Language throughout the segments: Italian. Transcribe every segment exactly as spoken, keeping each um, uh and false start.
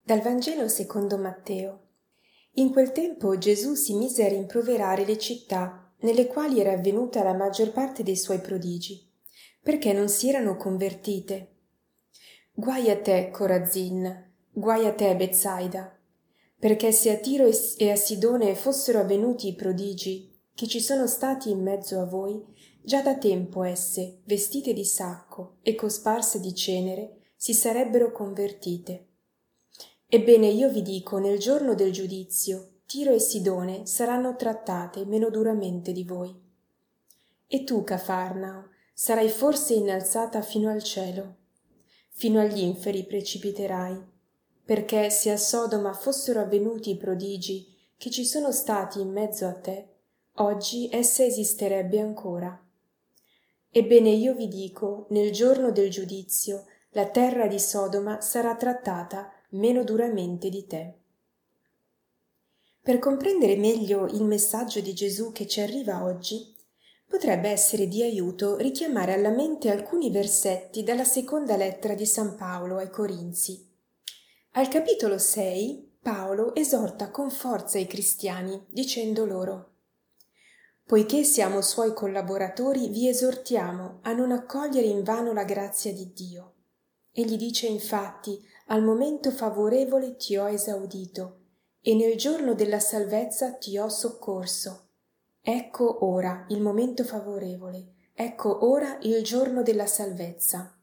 Dal Vangelo secondo Matteo. In quel tempo Gesù si mise a rimproverare le città nelle quali era avvenuta la maggior parte dei suoi prodigi, perché non si erano convertite. Guai a te, Corazin, guai a te, Betsaida, perché se a Tiro e a Sidone fossero avvenuti i prodigi che ci sono stati in mezzo a voi, già da tempo esse, vestite di sacco e cosparse di cenere, si sarebbero convertite. Ebbene io vi dico, nel giorno del giudizio, Tiro e Sidone saranno trattate meno duramente di voi. E tu, Cafarnao, sarai forse innalzata fino al cielo? Fino agli inferi precipiterai, perché se a Sodoma fossero avvenuti i prodigi che ci sono stati in mezzo a te, oggi essa esisterebbe ancora. Ebbene io vi dico, nel giorno del giudizio, la terra di Sodoma sarà trattata meno duramente di te. Per comprendere meglio il messaggio di Gesù che ci arriva oggi, potrebbe essere di aiuto richiamare alla mente alcuni versetti dalla seconda lettera di San Paolo ai Corinzi. Al capitolo sei, Paolo esorta con forza i cristiani, dicendo loro: «Poiché siamo suoi collaboratori, vi esortiamo a non accogliere invano la grazia di Dio». Egli dice infatti: «Al momento favorevole ti ho esaudito, e nel giorno della salvezza ti ho soccorso». Ecco ora il momento favorevole, ecco ora il giorno della salvezza.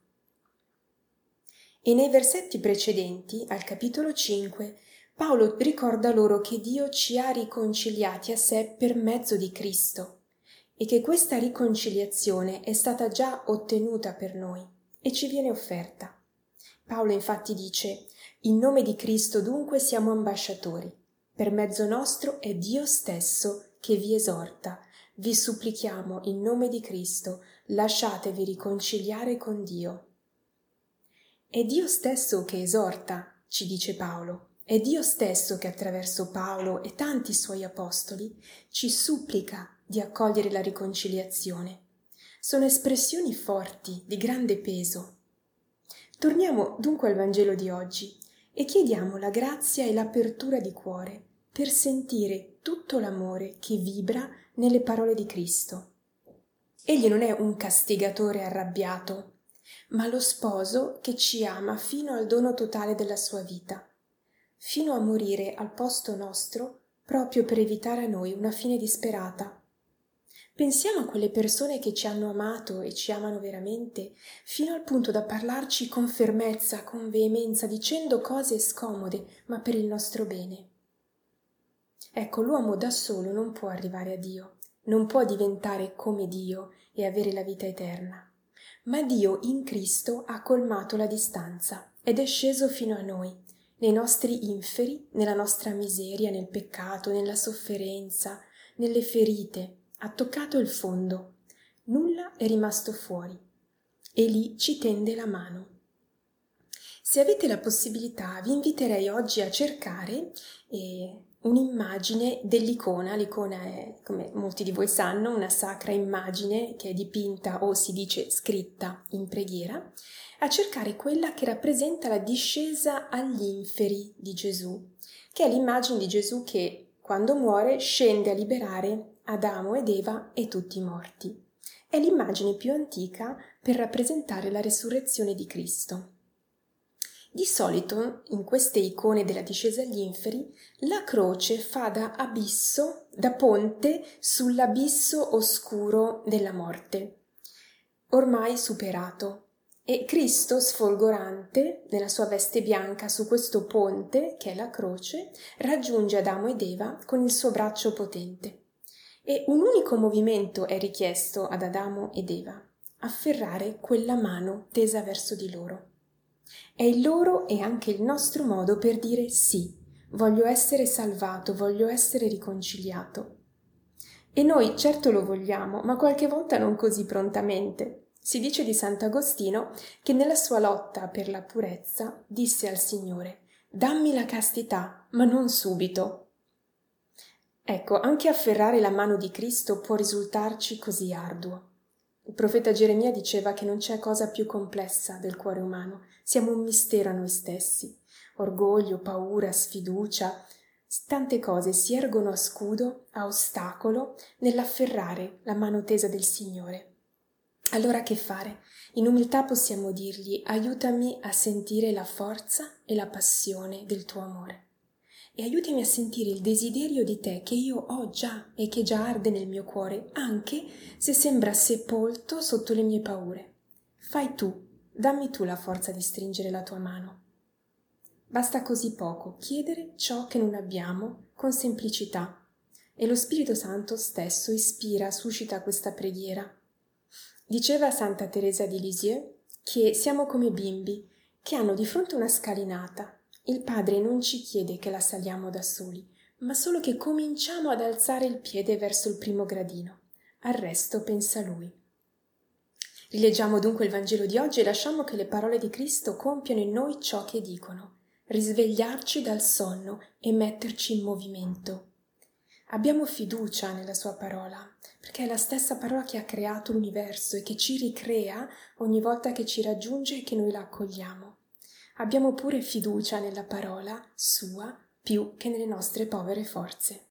E nei versetti precedenti, al capitolo cinque, Paolo ricorda loro che Dio ci ha riconciliati a sé per mezzo di Cristo e che questa riconciliazione è stata già ottenuta per noi e ci viene offerta. Paolo infatti dice: «In nome di Cristo dunque siamo ambasciatori. Per mezzo nostro è Dio stesso che vi esorta. Vi supplichiamo in nome di Cristo, lasciatevi riconciliare con Dio». È Dio stesso che esorta, ci dice Paolo. È Dio stesso che attraverso Paolo e tanti suoi apostoli ci supplica di accogliere la riconciliazione. Sono espressioni forti, di grande peso. Torniamo dunque al Vangelo di oggi e chiediamo la grazia e l'apertura di cuore per sentire tutto l'amore che vibra nelle parole di Cristo. Egli non è un castigatore arrabbiato, ma lo sposo che ci ama fino al dono totale della sua vita, fino a morire al posto nostro proprio per evitare a noi una fine disperata. Pensiamo a quelle persone che ci hanno amato e ci amano veramente, fino al punto da parlarci con fermezza, con veemenza, dicendo cose scomode, ma per il nostro bene. Ecco, l'uomo da solo non può arrivare a Dio, non può diventare come Dio e avere la vita eterna. Ma Dio in Cristo ha colmato la distanza ed è sceso fino a noi, nei nostri inferi, nella nostra miseria, nel peccato, nella sofferenza, nelle ferite. Ha toccato il fondo, nulla è rimasto fuori e lì ci tende la mano. Se avete la possibilità, vi inviterei oggi a cercare eh, un'immagine dell'icona. L'icona è, come molti di voi sanno, una sacra immagine che è dipinta o si dice scritta in preghiera, a cercare quella che rappresenta la discesa agli inferi di Gesù, che è l'immagine di Gesù che, quando muore, scende a liberare Adamo ed Eva e tutti i morti. È l'immagine più antica per rappresentare la resurrezione di Cristo. Di solito, in queste icone della discesa agli inferi, la croce fa da abisso, da ponte sull'abisso oscuro della morte, ormai superato, e Cristo, sfolgorante, nella sua veste bianca su questo ponte, che è la croce, raggiunge Adamo ed Eva con il suo braccio potente. E un unico movimento è richiesto ad Adamo ed Eva: afferrare quella mano tesa verso di loro. È il loro e anche il nostro modo per dire sì, voglio essere salvato, voglio essere riconciliato. E noi certo lo vogliamo, ma qualche volta non così prontamente. Si dice di Sant'Agostino che nella sua lotta per la purezza disse al Signore: «Dammi la castità, ma non subito». Ecco, anche afferrare la mano di Cristo può risultarci così arduo. Il profeta Geremia diceva che non c'è cosa più complessa del cuore umano, siamo un mistero a noi stessi. Orgoglio, paura, sfiducia, tante cose si ergono a scudo, a ostacolo, nell'afferrare la mano tesa del Signore. Allora che fare? In umiltà possiamo dirgli: aiutami a sentire la forza e la passione del tuo amore. E aiutami a sentire il desiderio di te che io ho già e che già arde nel mio cuore, anche se sembra sepolto sotto le mie paure. Fai tu, dammi tu la forza di stringere la tua mano. Basta così poco chiedere ciò che non abbiamo con semplicità, e lo Spirito Santo stesso ispira, suscita questa preghiera. Diceva Santa Teresa di Lisieux che siamo come bimbi che hanno di fronte una scalinata. Il Padre non ci chiede che la saliamo da soli, ma solo che cominciamo ad alzare il piede verso il primo gradino. Al resto pensa Lui. Rileggiamo dunque il Vangelo di oggi e lasciamo che le parole di Cristo compiano in noi ciò che dicono: risvegliarci dal sonno e metterci in movimento. Abbiamo fiducia nella sua parola, perché è la stessa parola che ha creato l'universo e che ci ricrea ogni volta che ci raggiunge e che noi la accogliamo. Abbiamo pure fiducia nella parola sua più che nelle nostre povere forze.